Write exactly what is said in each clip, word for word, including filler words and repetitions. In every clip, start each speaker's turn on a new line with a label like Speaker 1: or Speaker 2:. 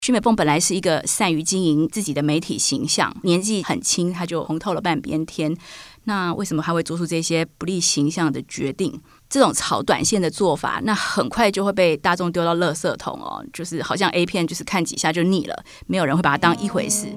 Speaker 1: 曲美凤本来是一个善于经营自己的媒体形象，年纪很轻他就红透了半边天，那为什么他会做出这些不利形象的决定？这种炒短线的做法，那很快就会被大众丢到垃圾桶哦，就是好像 A 片就是看几下就腻了，没有人会把它当一回事。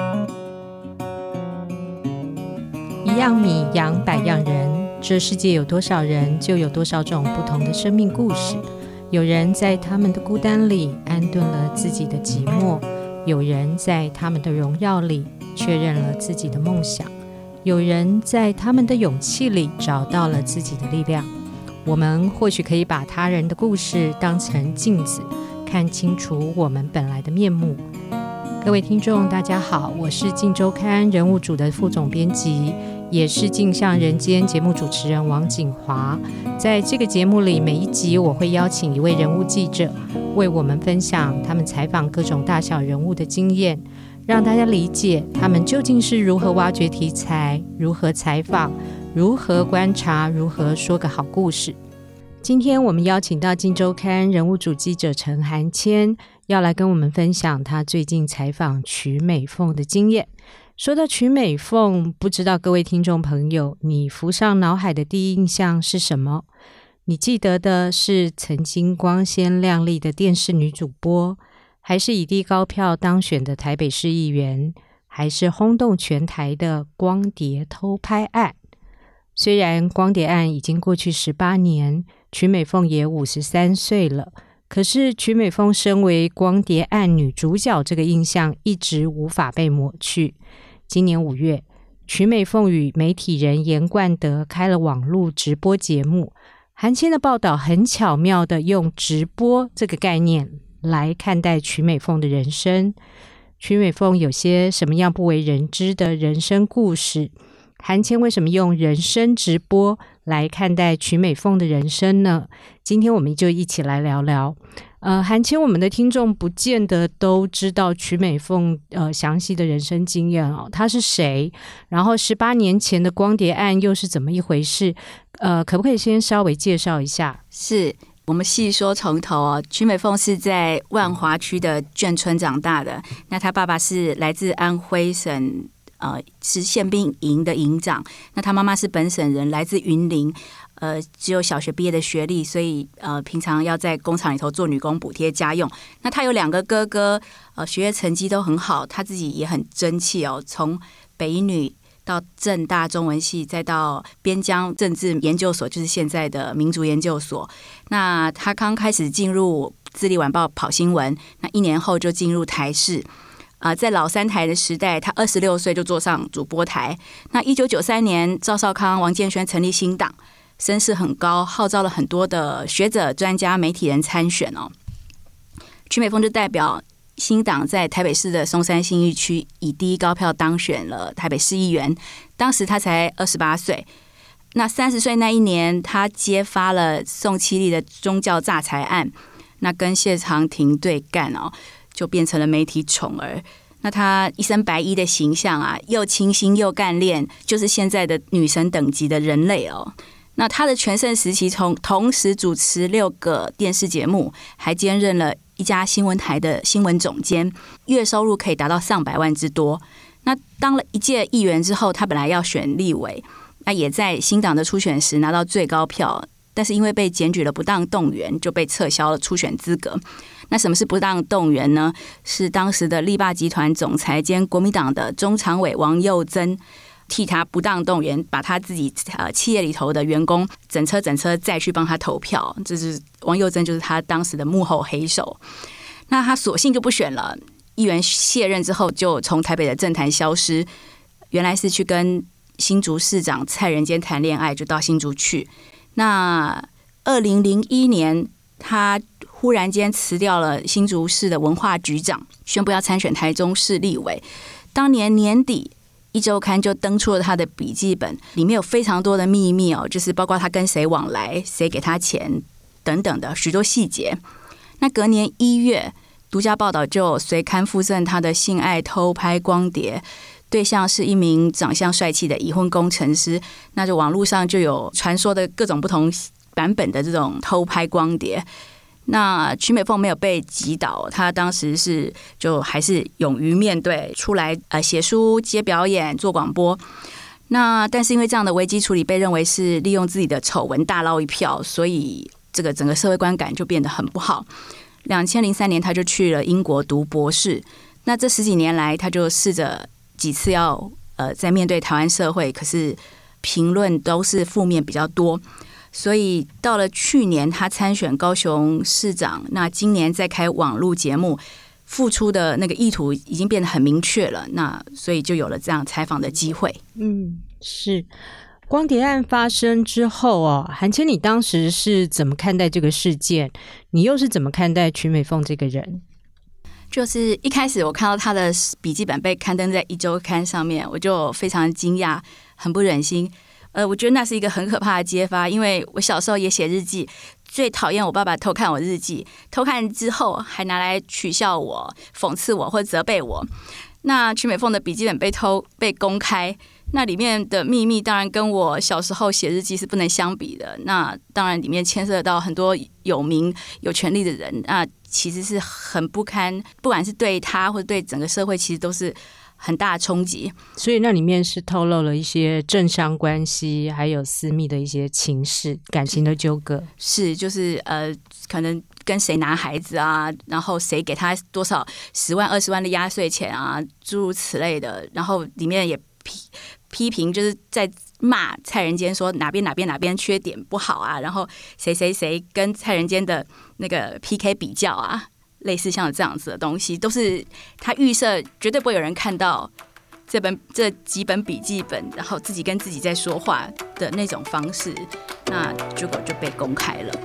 Speaker 2: 一样米养百样人，这世界有多少人，就有多少种不同的生命故事。有人在他们的孤单里安顿了自己的寂寞，有人在他们的荣耀里确认了自己的梦想，有人在他们的勇气里找到了自己的力量。我们或许可以把他人的故事当成镜子，看清楚我们本来的面目。各位听众大家好，我是镜周刊人物组的副总编辑，也是镜像人间节目主持人王景华。在这个节目里，每一集我会邀请一位人物记者，为我们分享他们采访各种大小人物的经验，让大家理解他们究竟是如何挖掘题材，如何采访，如何观察，如何说个好故事。今天我们邀请到镜周刊人物组记者陈涵谦，要来跟我们分享他最近采访曲美凤的经验。说到曲美凤，不知道各位听众朋友，你浮上脑海的第一印象是什么？你记得的是曾经光鲜亮丽的电视女主播，还是以低高票当选的台北市议员，还是轰动全台的光碟偷拍案？虽然光碟案已经过去十八年，曲美凤也五十三岁了，可是曲美凤身为光碟案女主角这个印象一直无法被抹去。今年五月，曲美凤与媒体人严冠德开了网络直播节目，涵谦的报道很巧妙地用直播这个概念来看待曲美凤的人生。曲美凤有些什么样不为人知的人生故事？涵谦为什么用人生直播来看待曲美凤的人生呢？今天我们就一起来聊聊。呃，涵谦，我们的听众不见得都知道曲美凤呃详细的人生经验哦，她是谁？然后十八年前的光碟案又是怎么一回事？呃，可不可以先稍微介绍一下？
Speaker 1: 是我们细说从头哦。曲美凤是在万华区的眷村长大的，那她爸爸是来自安徽省。呃，是宪兵营的营长。那他妈妈是本省人，来自云林，呃，只有小学毕业的学历，所以呃，平常要在工厂里头做女工补贴家用。那他有两个哥哥，呃，学业成绩都很好，他自己也很争气哦。从北一女到政大中文系，再到边疆政治研究所，就是现在的民族研究所。那他刚开始进入自立晚报跑新闻，那一年后就进入台视。呃，在老三台的时代，他二十六岁就坐上主播台。那一九九三年，赵少康、王建煊成立新党，声势很高，号召了很多的学者、专家、媒体人参选哦。曲美凤就代表新党在台北市的松山信义区以第一高票当选了台北市议员，当时他才二十八岁。那三十岁那一年，他揭发了宋七力的宗教诈财案，那跟谢长廷对干哦。就变成了媒体宠儿。那她一身白衣的形象啊，又清新又干练，就是现在的女神等级的人类哦。那她的全盛时期，从同时主持六个电视节目，还兼任了一家新闻台的新闻总监，月收入可以达到上百万之多。那当了一届议员之后，她本来要选立委，那也在新党的初选时拿到最高票，但是因为被检举了不当动员，就被撤销了初选资格。那什么是不当动员呢？是当时的力霸集团总裁兼国民党的中常委王佑珍替他不当动员，把他自己呃企业里头的员工整车整车再去帮他投票。这是王佑珍，就是他当时的幕后黑手。那他索性就不选了，议员卸任之后就从台北的政坛消失。原来是去跟新竹市长蔡仁坚谈恋爱，就到新竹去。那二零零一年，他忽然间辞掉了新竹市的文化局长，宣布要参选台中市立委。当年年底，一周刊就登出了他的笔记本，里面有非常多的秘密哦，就是包括他跟谁往来、谁给他钱等等的许多细节。那隔年一月，独家报道就随刊附赠他的性爱偷拍光碟，对象是一名长相帅气的已婚工程师。那就网络上就有传说的各种不同版本的这种偷拍光碟。 那曲美凤没有被击倒，她当时是就还是勇于面对，出来呃写书、接表演、做广播。那但是因为这样的危机处理被认为是利用自己的丑闻大捞一票，所以这个整个社会观感就变得很不好。两千零三年，他就去了英国读博士。那这十几年来，他就试着几次要呃在面对台湾社会，可是评论都是负面比较多。所以到了去年，他参选高雄市长，那今年再开网络节目，付出的那个意图已经变得很明确了。那所以就有了这样采访的机会。
Speaker 2: 嗯，是。光碟案发生之后哦，韩千，你当时是怎么看待这个事件？你又是怎么看待曲美凤这个人？
Speaker 1: 就是一开始我看到他的笔记本被刊登在一周刊上面，我就非常惊讶，很不忍心。呃，我觉得那是一个很可怕的揭发，因为我小时候也写日记，最讨厌我爸爸偷看我日记，偷看之后还拿来取笑我、讽刺我或责备我。那曲美凤的笔记本被偷被公开，那里面的秘密当然跟我小时候写日记是不能相比的。那当然里面牵涉到很多有名有权力的人，那其实是很不堪，不管是对他或者对整个社会，其实都是很大的冲击。
Speaker 2: 所以那里面是透露了一些政商关系，还有私密的一些情事、感情的纠葛。
Speaker 1: 是，就是呃，可能跟谁拿孩子啊，然后谁给他多少十万、二十万的压岁钱啊，诸如此类的。然后里面也批批评，就是在骂蔡仁坚说哪边哪边哪边缺点不好啊，然后谁谁谁跟蔡仁坚的那个 P K 比较啊。类似像这样子的东西，都是他预设绝对不会有人看到这本这几本笔记本，然后自己跟自己在说话的那种方式，那结果就被公开了。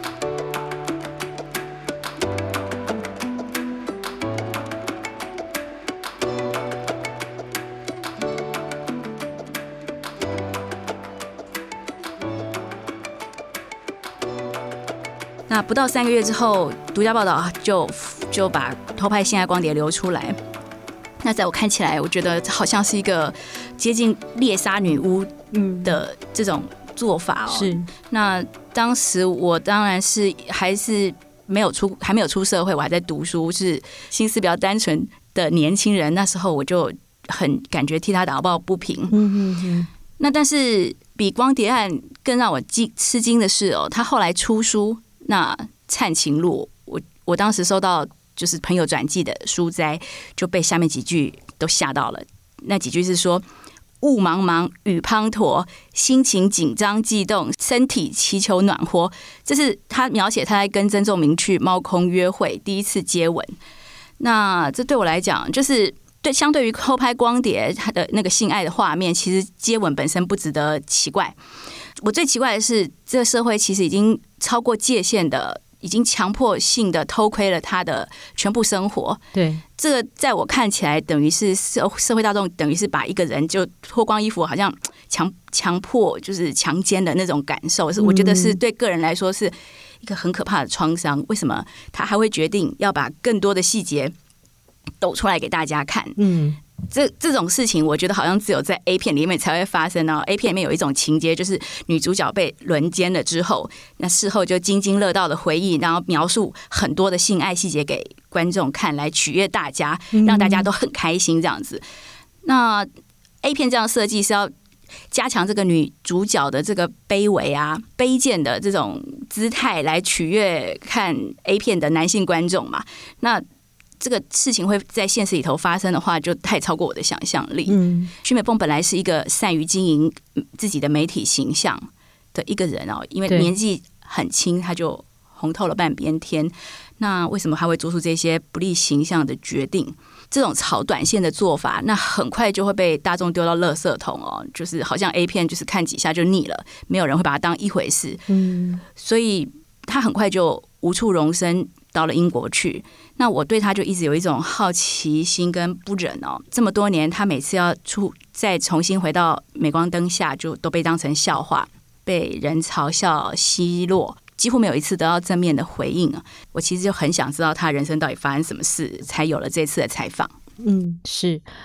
Speaker 1: 那不到三个月之后，独家报道就就把偷拍性爱光碟流出来。那在我看起来，我觉得好像是一个接近猎杀女巫的这种做法哦。
Speaker 2: 是。
Speaker 1: 那当时我当然是还是没有出还没有出社会，我还在读书，是心思比较单纯的年轻人。那时候我就很感觉替他打抱不平。
Speaker 2: 嗯嗯嗯。
Speaker 1: 那但是比光碟案更让我吃惊的是哦，他后来出书。那《灿情录》，我我当时收到就是朋友转寄的书斋，就被下面几句都吓到了。那几句是说：雾茫茫，雨滂沱，心情紧张悸动，身体祈求暖和。这是他描写他在跟曾仲明去猫空约会，第一次接吻。那这对我来讲，就是对相对于偷拍光碟他的那个性爱的画面，其实接吻本身不值得奇怪。我最奇怪的是，这个社会其实已经超过界限的，已经强迫性的偷窥了他的全部生活。
Speaker 2: 对，
Speaker 1: 这个在我看起来，等于是社社会大众等于是把一个人就脱光衣服，好像强强迫就是强奸的那种感受，是我觉得是对个人来说是一个很可怕的创伤。为什么他还会决定要把更多的细节抖出来给大家看？嗯。这这种事情，我觉得好像只有在 A 片里面才会发生哦。A 片里面有一种情节，就是女主角被轮奸了之后，那事后就津津乐道的回忆，然后描述很多的性爱细节给观众看，来取悦大家，让大家都很开心这样子。那 A 片这样设计是要加强这个女主角的这个卑微啊、卑贱的这种姿态，来取悦看 A 片的男性观众嘛？那这个事情会在现实里头发生的话，就太超过我的想象力。嗯，曲美凤本来是一个善于经营自己的媒体形象的一个人哦，因为年纪很轻，他就红透了半边天。那为什么他会做出这些不利形象的决定？这种炒短线的做法，那很快就会被大众丢到垃圾桶哦。就是好像 A 片，就是看几下就腻了，没有人会把它当一回事。嗯，所以他很快就无处容身，到了英国去。那我对他就一直有一种好奇心跟不忍哦。这么多年，他每次要出再重新回到镁光灯下，就都被当成笑话，被人嘲笑奚落，几乎没有一次得到正面的回应啊。我其实就很想知道他人生到底发生什么事，才有了这次的采访。
Speaker 2: 嗯，是。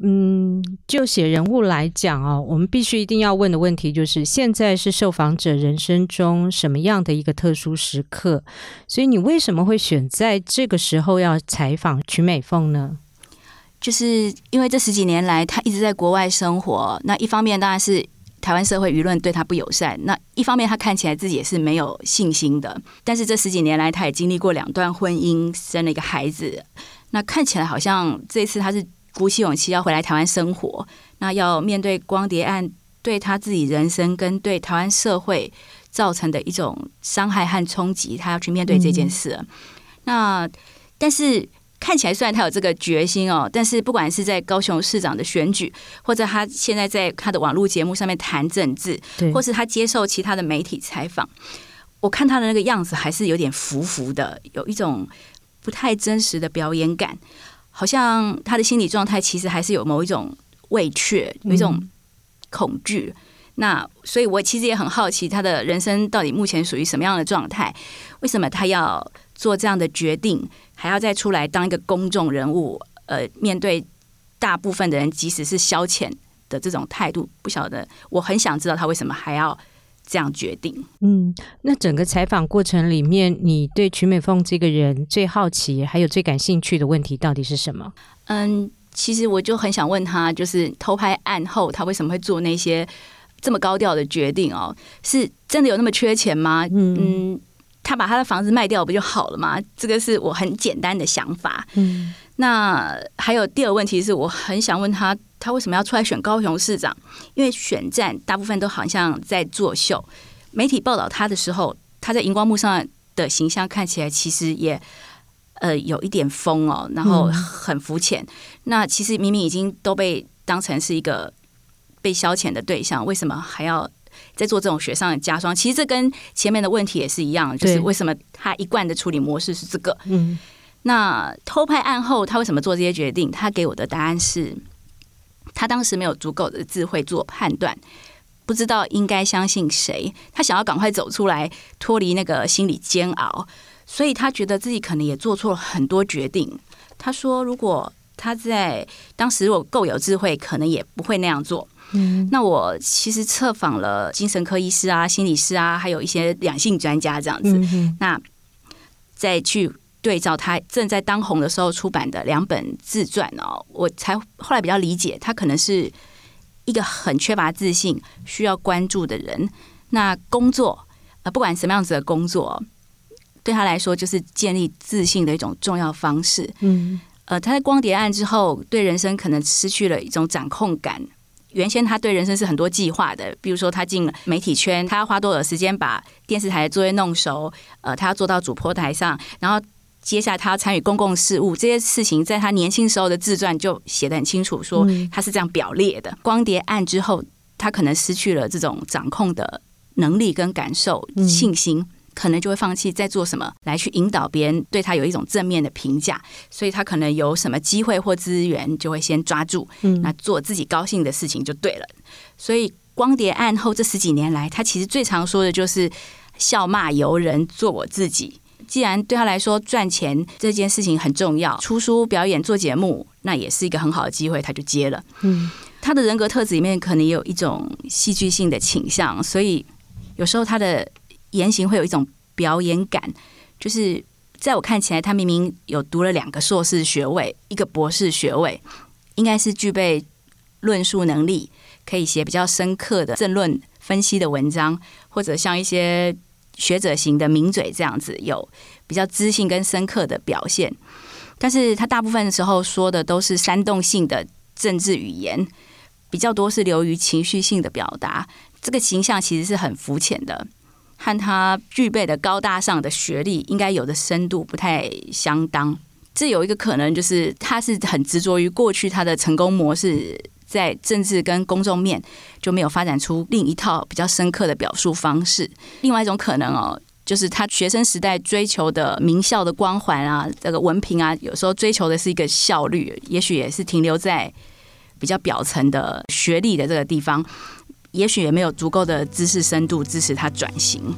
Speaker 2: 嗯，就写人物来讲哦，我们必须一定要问的问题就是，现在是受访者人生中什么样的一个特殊时刻？所以你为什么会选在这个时候要采访曲美凤呢？
Speaker 1: 就是因为这十几年来，他一直在国外生活。那一方面当然是台湾社会舆论对他不友善，那一方面他看起来自己也是没有信心的。但是这十几年来，他也经历过两段婚姻，生了一个孩子。那看起来好像这次他是鼓起勇气要回来台湾生活，那要面对光碟案对他自己人生跟对台湾社会造成的一种伤害和冲击，他要去面对这件事。嗯、那但是看起来虽然他有这个决心哦，但是不管是在高雄市长的选举，或者他现在在他的网络节目上面谈政治，或是他接受其他的媒体采访，我看他的那个样子还是有点浮浮的，有一种不太真实的表演感。好像他的心理状态其实还是有某一种畏怯，有一种恐惧。嗯、那所以我其实也很好奇他的人生到底目前属于什么样的状态？为什么他要做这样的决定，还要再出来当一个公众人物？呃，面对大部分的人，即使是消遣的这种态度，不晓得，我很想知道他为什么还要这样决定。
Speaker 2: 嗯，那整个采访过程里面，你对曲美凤这个人最好奇还有最感兴趣的问题到底是什么？嗯，
Speaker 1: 其实我就很想问他，就是偷拍案后他为什么会做那些这么高调的决定哦？是真的有那么缺钱吗？嗯，嗯他把他的房子卖掉不就好了吗？这个是我很简单的想法。嗯，那还有第二个问题是我很想问他，他为什么要出来选高雄市长？因为选战大部分都好像在作秀，媒体报道他的时候，他在荧光幕上的形象看起来其实也呃有一点疯哦，然后很肤浅。嗯、那其实明明已经都被当成是一个被消遣的对象，为什么还要在做这种雪上的加霜？其实这跟前面的问题也是一样，就是为什么他一贯的处理模式是这个？嗯。那偷拍案后，他为什么做这些决定？他给我的答案是，他当时没有足够的智慧做判断，不知道应该相信谁。他想要赶快走出来，脱离那个心理煎熬，所以他觉得自己可能也做错了很多决定。他说，如果他在当时如果够有智慧，可能也不会那样做。嗯，那我其实测访了精神科医师啊、心理师啊，还有一些两性专家这样子。嗯、那再去对照他正在当红的时候出版的两本自传哦，我才后来比较理解，他可能是一个很缺乏自信、需要关注的人。那工作，呃，不管什么样子的工作，对他来说就是建立自信的一种重要方式。嗯，呃，他在光碟案之后，对人生可能失去了一种掌控感。原先他对人生是很多计划的，比如说他进了媒体圈，他要花多少时间把电视台的作业弄熟，呃，他要做到主播台上，然后接下来他要参与公共事务，这些事情在他年轻时候的自传就写得很清楚，说他是这样表列的。光碟案之后，他可能失去了这种掌控的能力跟感受、信心，可能就会放弃再做什么来去引导别人对他有一种正面的评价，所以他可能有什么机会或资源就会先抓住，那做自己高兴的事情就对了。所以光碟案后这十几年来，他其实最常说的就是笑骂由人，做我自己。既然对他来说赚钱这件事情很重要，出书、表演、做节目，那也是一个很好的机会，他就接了。嗯，他的人格特质里面可能也有一种戏剧性的倾向，所以有时候他的言行会有一种表演感，就是在我看起来，他明明有读了两个硕士学位，一个博士学位，应该是具备论述能力，可以写比较深刻的政论分析的文章，或者像一些学者型的名嘴这样子，有比较知性跟深刻的表现。但是他大部分的时候说的都是煽动性的政治语言，比较多是流于情绪性的表达。这个形象其实是很肤浅的，和他具备的高大上的学历应该有的深度不太相当。这有一个可能就是他是很执着于过去他的成功模式，在政治跟公众面就没有发展出另一套比较深刻的表述方式。另外一种可能哦，就是他学生时代追求的名校的光环啊，这个文凭啊，有时候追求的是一个效率，也许也是停留在比较表层的学历的这个地方，也许也没有足够的知识深度支持他转型。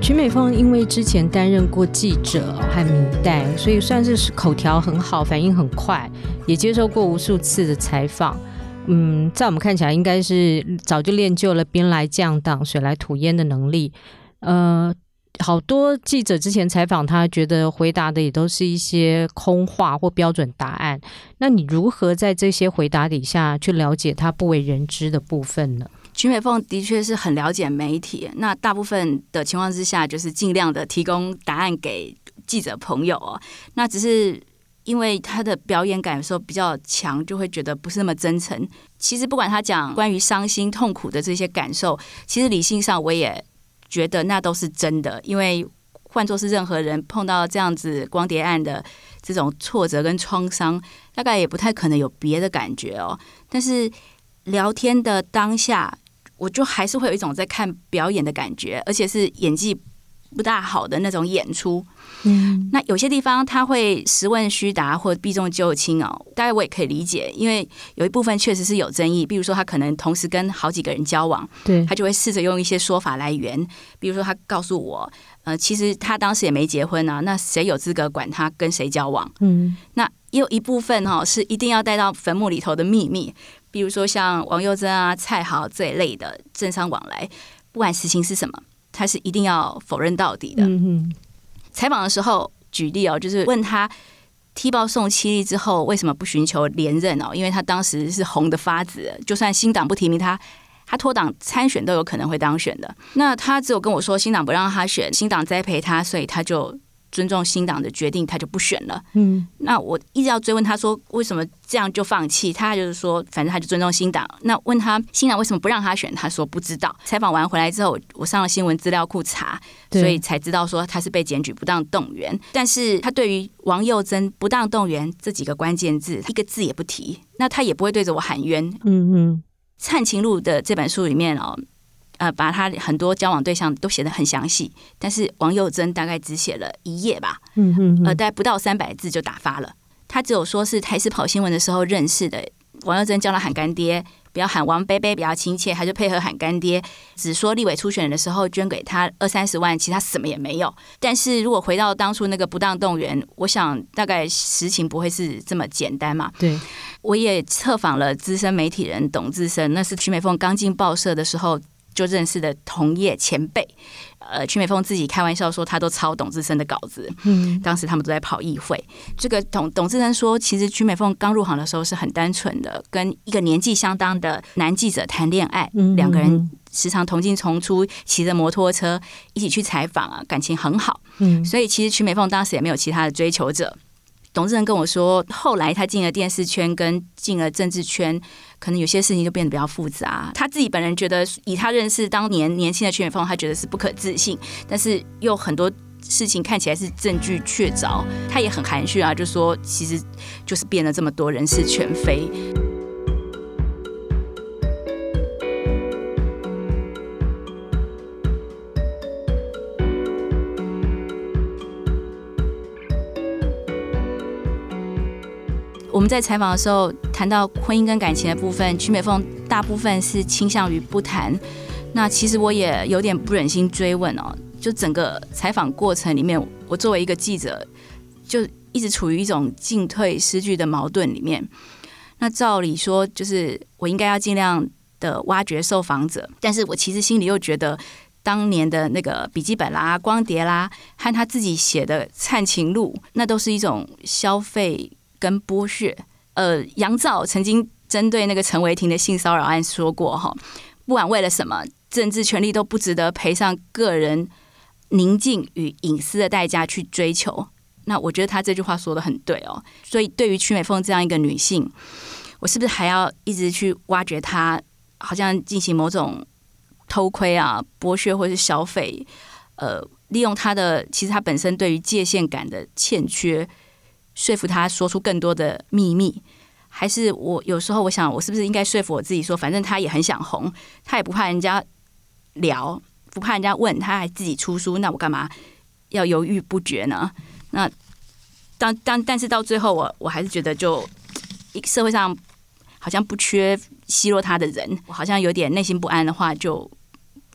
Speaker 2: 曲美凤因为之前担任过记者和民代，所以算是口条很好，反应很快，也接受过无数次的采访。嗯，在我们看起来应该是早就练就了兵来将挡水来土掩的能力。呃，好多记者之前采访他，觉得回答的也都是一些空话或标准答案。那你如何在这些回答底下去了解他不为人知的部分呢？
Speaker 1: 曲美凤的确是很了解媒体，那大部分的情况之下，就是尽量的提供答案给记者朋友哦。那只是因为他的表演感有时候比较强，就会觉得不是那么真诚。其实不管他讲关于伤心痛苦的这些感受，其实理性上我也觉得那都是真的，因为换作是任何人碰到这样子光碟案的这种挫折跟创伤，大概也不太可能有别的感觉哦。但是聊天的当下，我就还是会有一种在看表演的感觉，而且是演技不大好的那种演出。嗯，那有些地方他会实问虚答或避重就轻哦，大概我也可以理解，因为有一部分确实是有争议，比如说他可能同时跟好几个人交往，对，他就会试着用一些说法来圆，比如说他告诉我，呃，其实他当时也没结婚啊，那谁有资格管他跟谁交往？嗯，那也有一部分哈、哦、是一定要带到坟墓里头的秘密。比如说像王佑珍啊、蔡豪这一类的政商往来，不管实情是什么，他是一定要否认到底的。嗯、采访的时候举例哦，就是问他踢爆宋七力之后为什么不寻求连任哦？因为他当时是红的发紫，就算新党不提名他，他脱党参选都有可能会当选的。那他只有跟我说新党不让他选，新党栽培他，所以他就尊重新党的决定，他就不选了。嗯，那我一直要追问他说为什么这样就放弃，他就是说反正他就尊重新党。那问他新党为什么不让他选，他说不知道。采访完回来之后，我上了新闻资料库查，所以才知道说他是被检举不当动员。但是他对于王佑珍不当动员这几个关键字一个字也不提，那他也不会对着我喊冤。嗯嗯，灿情录的这本书里面哦。呃，把他很多交往对象都写得很详细，但是王佑珍大概只写了一页吧，嗯嗯，呃，大概不到三百字就打发了。他只有说是台视跑新闻的时候认识的，王佑珍叫他喊干爹，不要喊王伯伯，比较亲切，他就配合喊干爹。只说立委初选的时候捐给他二三十万，其他什么也没有。但是如果回到当初那个不当动员，我想大概实情不会是这么简单嘛。对，我也测访了资深媒体人董志生，那是曲美凤刚进报社的时候就认识的同业前辈，呃，曲美凤自己开玩笑说，他都抄董志生的稿子。嗯，当时他们都在跑议会。这个董董志生说，其实曲美凤刚入行的时候是很单纯的，跟一个年纪相当的男记者谈恋爱，嗯、两个人时常同进同出，骑着摩托车一起去采访啊，感情很好。嗯，所以其实曲美凤当时也没有其他的追求者。董志成跟我说，后来他进了电视圈跟进了政治圈，可能有些事情就变得比较复杂。他自己本人觉得，以他认识当年年轻的曲美凤，他觉得是不可置信，但是又很多事情看起来是证据确凿。他也很含蓄啊，就说其实就是变了这么多，人事全非。我们在采访的时候谈到婚姻跟感情的部分，曲美凤大部分是倾向于不谈。那其实我也有点不忍心追问哦，就整个采访过程里面，我作为一个记者，就一直处于一种进退失据的矛盾里面。那照理说，就是我应该要尽量的挖掘受访者，但是我其实心里又觉得，当年的那个笔记本啦、光碟啦，和他自己写的灿情录，那都是一种消费跟剥削。呃，杨照曾经针对那个陈为廷的性骚扰案说过哈，不管为了什么，政治权利都不值得赔上个人宁静与隐私的代价去追求。那我觉得他这句话说得很对哦。所以对于曲美凤这样一个女性，我是不是还要一直去挖掘她，好像进行某种偷窥啊、剥削或是消费？呃，利用她的其实她本身对于界限感的欠缺，说服他说出更多的秘密，还是我有时候我想，我是不是应该说服我自己说，反正他也很想红，他也不怕人家聊，不怕人家问，他还自己出书，那我干嘛要犹豫不决呢？那当当但是到最后我，我我还是觉得就，就社会上好像不缺奚落他的人，我好像有点内心不安的话，就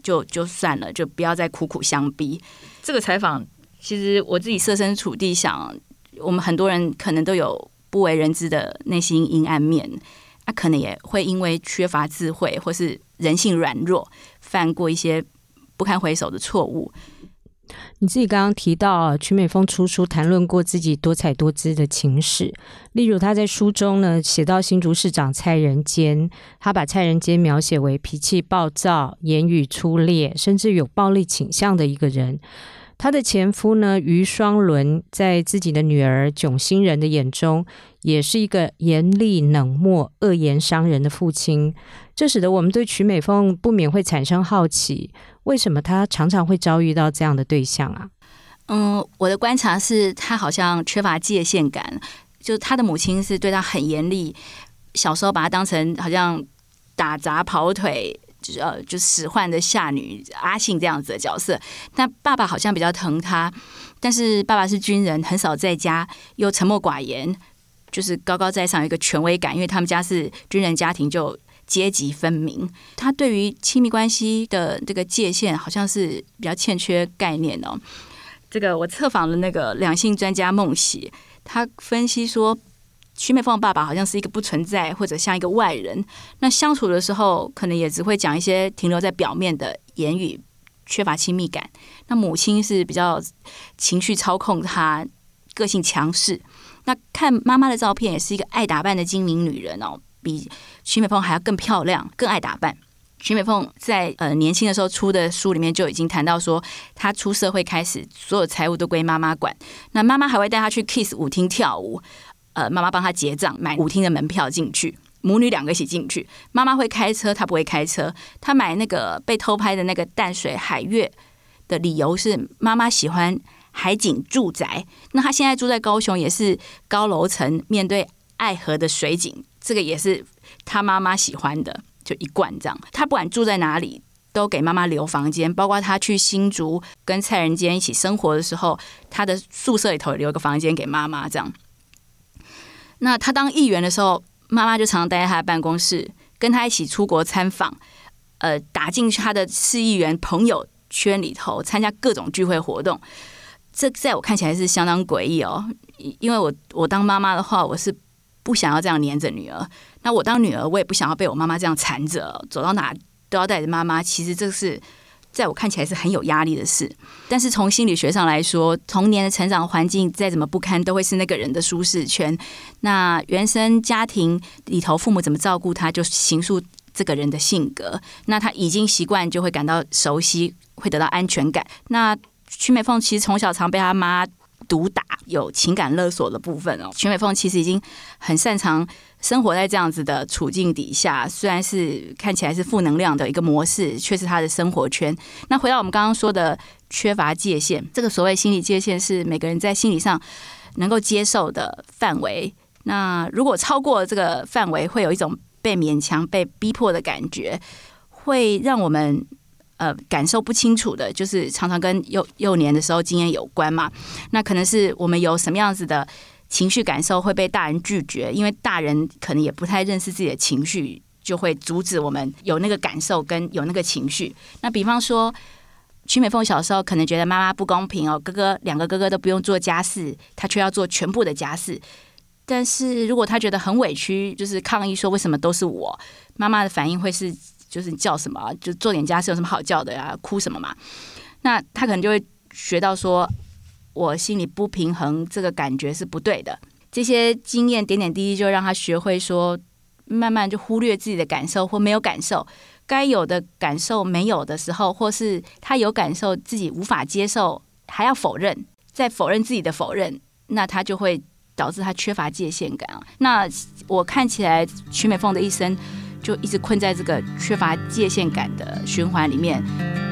Speaker 1: 就就算了，就不要再苦苦相逼。这个采访其实我自己设身处地想，我们很多人可能都有不为人知的内心阴暗面，啊，可能也会因为缺乏智慧或是人性软弱，犯过一些不堪回首的错误。
Speaker 2: 你自己刚刚提到曲美凤出书谈论过自己多彩多姿的情史，例如他在书中呢写到新竹市长蔡仁坚，他把蔡仁坚描写为脾气暴躁、言语粗劣，甚至有暴力倾向的一个人。他的前夫呢于双伦在自己的女儿囧星人的眼中也是一个严厉冷漠、恶言伤人的父亲，这使得我们对曲美凤不免会产生好奇，为什么他常常会遭遇到这样的对象啊？
Speaker 1: 嗯，我的观察是他好像缺乏界限感，就他的母亲是对他很严厉，小时候把他当成好像打杂跑腿就呃，就使唤的下女阿信这样子的角色。那爸爸好像比较疼他，但是爸爸是军人，很少在家，又沉默寡言，就是高高在上，有一个权威感，因为他们家是军人家庭，就阶级分明。他对于亲密关系的这个界限，好像是比较欠缺概念哦。这个我测访了那个两性专家孟喜，他分析说，曲美凤爸爸好像是一个不存在或者像一个外人，那相处的时候可能也只会讲一些停留在表面的言语，缺乏亲密感。那母亲是比较情绪操控他，个性强势。那看妈妈的照片，也是一个爱打扮的精明女人哦，比曲美凤还要更漂亮，更爱打扮。曲美凤在呃年轻的时候出的书里面就已经谈到说，她出社会开始，所有财务都归妈妈管。那妈妈还会带她去 Kiss 舞厅跳舞。呃，妈妈帮他结账，买舞厅的门票进去，母女两个一起进去。妈妈会开车，她不会开车。她买那个被偷拍的那个淡水海月的理由是妈妈喜欢海景住宅。那她现在住在高雄，也是高楼层，面对爱河的水景，这个也是她妈妈喜欢的，就一贯这样。她不管住在哪里，都给妈妈留房间，包括她去新竹跟蔡仁坚一起生活的时候，她的宿舍里头留一个房间给妈妈这样。那他当议员的时候，妈妈就常常待在他的办公室，跟他一起出国参访，呃，打进去他的市议员朋友圈里头，参加各种聚会活动。这在我看起来是相当诡异哦，因为我我当妈妈的话，我是不想要这样黏着女儿。那我当女儿，我也不想要被我妈妈这样缠着，走到哪都要带着妈妈。其实这是在我看起来是很有压力的事，但是从心理学上来说，童年的成长环境再怎么不堪，都会是那个人的舒适圈。那原生家庭里头父母怎么照顾他，就形塑这个人的性格。那他已经习惯，就会感到熟悉，会得到安全感。那曲美凤其实从小常被他妈毒打，有情感勒索的部分哦。曲美凤其实已经很擅长生活在这样子的处境底下，虽然是看起来是负能量的一个模式，却是他的生活圈。那回到我们刚刚说的缺乏界限，这个所谓心理界限是每个人在心理上能够接受的范围。那如果超过这个范围，会有一种被勉强、被逼迫的感觉，会让我们呃感受不清楚的，就是常常跟幼幼年的时候经验有关嘛。那可能是我们有什么样子的情绪感受会被大人拒绝，因为大人可能也不太认识自己的情绪，就会阻止我们有那个感受跟有那个情绪。那比方说，曲美凤小时候可能觉得妈妈不公平哦，哥哥两个哥哥都不用做家事，她却要做全部的家事。但是如果她觉得很委屈，就是抗议说为什么都是我，妈妈的反应会是就是你叫什么，就做点家事有什么好叫的呀、啊，哭什么嘛？那她可能就会学到说，我心里不平衡，这个感觉是不对的。这些经验点点滴滴就让他学会说，慢慢就忽略自己的感受或没有感受，该有的感受没有的时候，或是他有感受自己无法接受，还要否认，再否认自己的否认，那他就会导致他缺乏界限感。那我看起来曲美凤的一生就一直困在这个缺乏界限感的循环里面。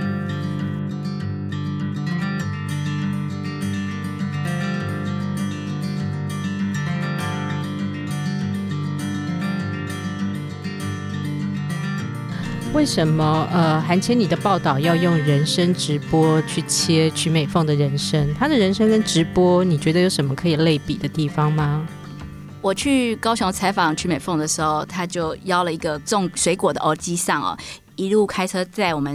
Speaker 2: 为什么呃，韩千你的报道要用人生直播去切曲美凤的人生？她的人生跟直播，你觉得有什么可以类比的地方吗？
Speaker 1: 我去高雄采访曲美凤的时候，他就邀了一个种水果的欧基桑哦，一路开车载我们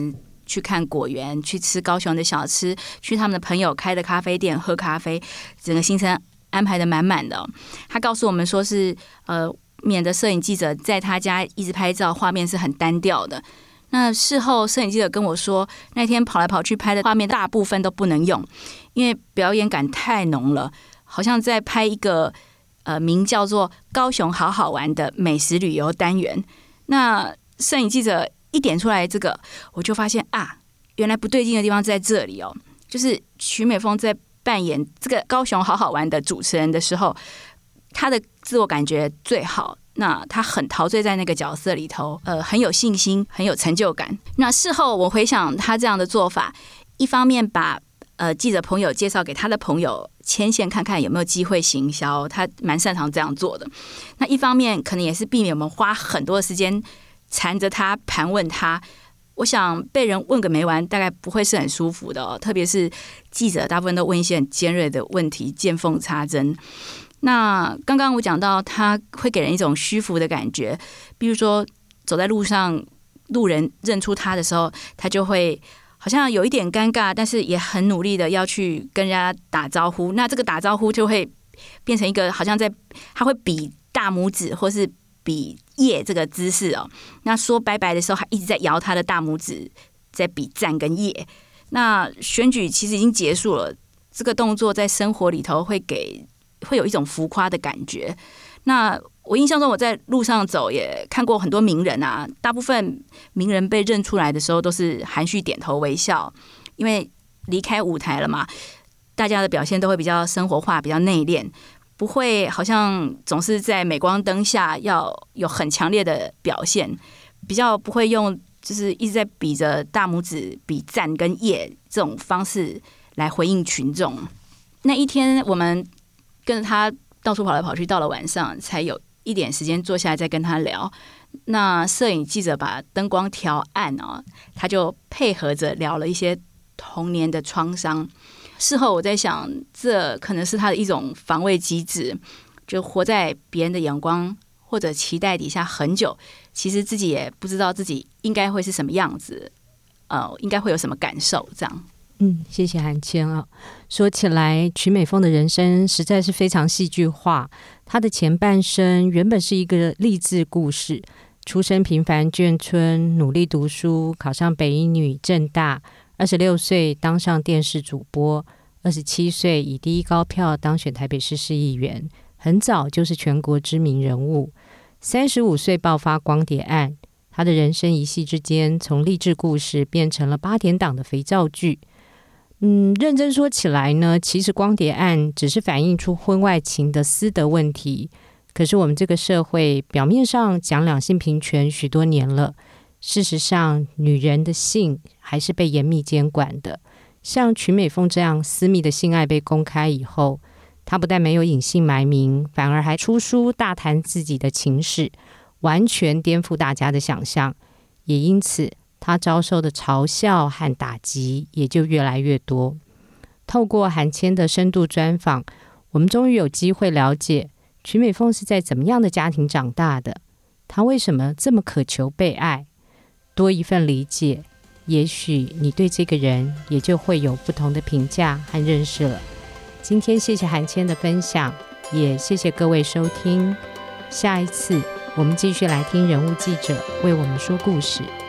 Speaker 1: 去看果园，去吃高雄的小吃，去他们的朋友开的咖啡店喝咖啡，整个行程安排的满满的、哦。他告诉我们说是呃，免得摄影记者在他家一直拍照，画面是很单调的。那事后摄影记者跟我说，那天跑来跑去拍的画面大部分都不能用，因为表演感太浓了，好像在拍一个呃名叫做高雄好好玩的美食旅游单元。那摄影记者一点出来这个，我就发现啊，原来不对劲的地方在这里哦，就是曲美凤在扮演这个高雄好好玩的主持人的时候，他的自我感觉最好，那他很陶醉在那个角色里头，呃，很有信心，很有成就感。那事后我回想他这样的做法，一方面把呃记者朋友介绍给他的朋友牵线，看看有没有机会行销，他蛮擅长这样做的。那一方面可能也是避免我们花很多的时间缠着他盘问他，我想被人问个没完，大概不会是很舒服的哦。特别是记者大部分都问一些很尖锐的问题，见缝插针。那刚刚我讲到，他会给人一种虚浮的感觉，比如说走在路上，路人认出他的时候，他就会好像有一点尴尬，但是也很努力的要去跟人家打招呼。那这个打招呼就会变成一个好像在，他会比大拇指或是比耶这个姿势哦。那说拜拜的时候，还一直在摇他的大拇指，在比赞跟耶。那选举其实已经结束了，这个动作在生活里头会给会有一种浮夸的感觉。那我印象中，我在路上走也看过很多名人啊，大部分名人被认出来的时候都是含蓄点头微笑，因为离开舞台了嘛，大家的表现都会比较生活化，比较内敛，不会好像总是在镁光灯下要有很强烈的表现，比较不会用就是一直在比着大拇指比赞跟耶这种方式来回应群众。那一天我们跟着他到处跑来跑去，到了晚上才有一点时间坐下来再跟他聊。那摄影记者把灯光调暗哦，他就配合着聊了一些童年的创伤。事后我在想，这可能是他的一种防卫机制，就活在别人的眼光或者期待底下很久，其实自己也不知道自己应该会是什么样子，呃，应该会有什么感受，这样。
Speaker 2: 嗯，谢谢韩千啊。说起来，曲美凤的人生实在是非常戏剧化。她的前半生原本是一个励志故事，出身平凡眷村，努力读书，考上北一女、政大，二十六岁当上电视主播，二十七岁以第一高票当选台北市市议员，很早就是全国知名人物。三十五岁爆发光碟案，她的人生一夕之间从励志故事变成了八点档的肥皂剧。嗯，认真说起来呢，其实光碟案只是反映出婚外情的私德问题，可是我们这个社会表面上讲两性平权许多年了，事实上女人的性还是被严密监管的。像曲美凤这样私密的性爱被公开以后，她不但没有隐姓埋名，反而还出书大谈自己的情史，完全颠覆大家的想象，也因此他遭受的嘲笑和打击也就越来越多。透过韩千的深度专访，我们终于有机会了解曲美凤是在怎么样的家庭长大的，她为什么这么渴求被爱。多一份理解，也许你对这个人也就会有不同的评价和认识了。今天谢谢韩千的分享，也谢谢各位收听。下一次我们继续来听人物记者为我们说故事。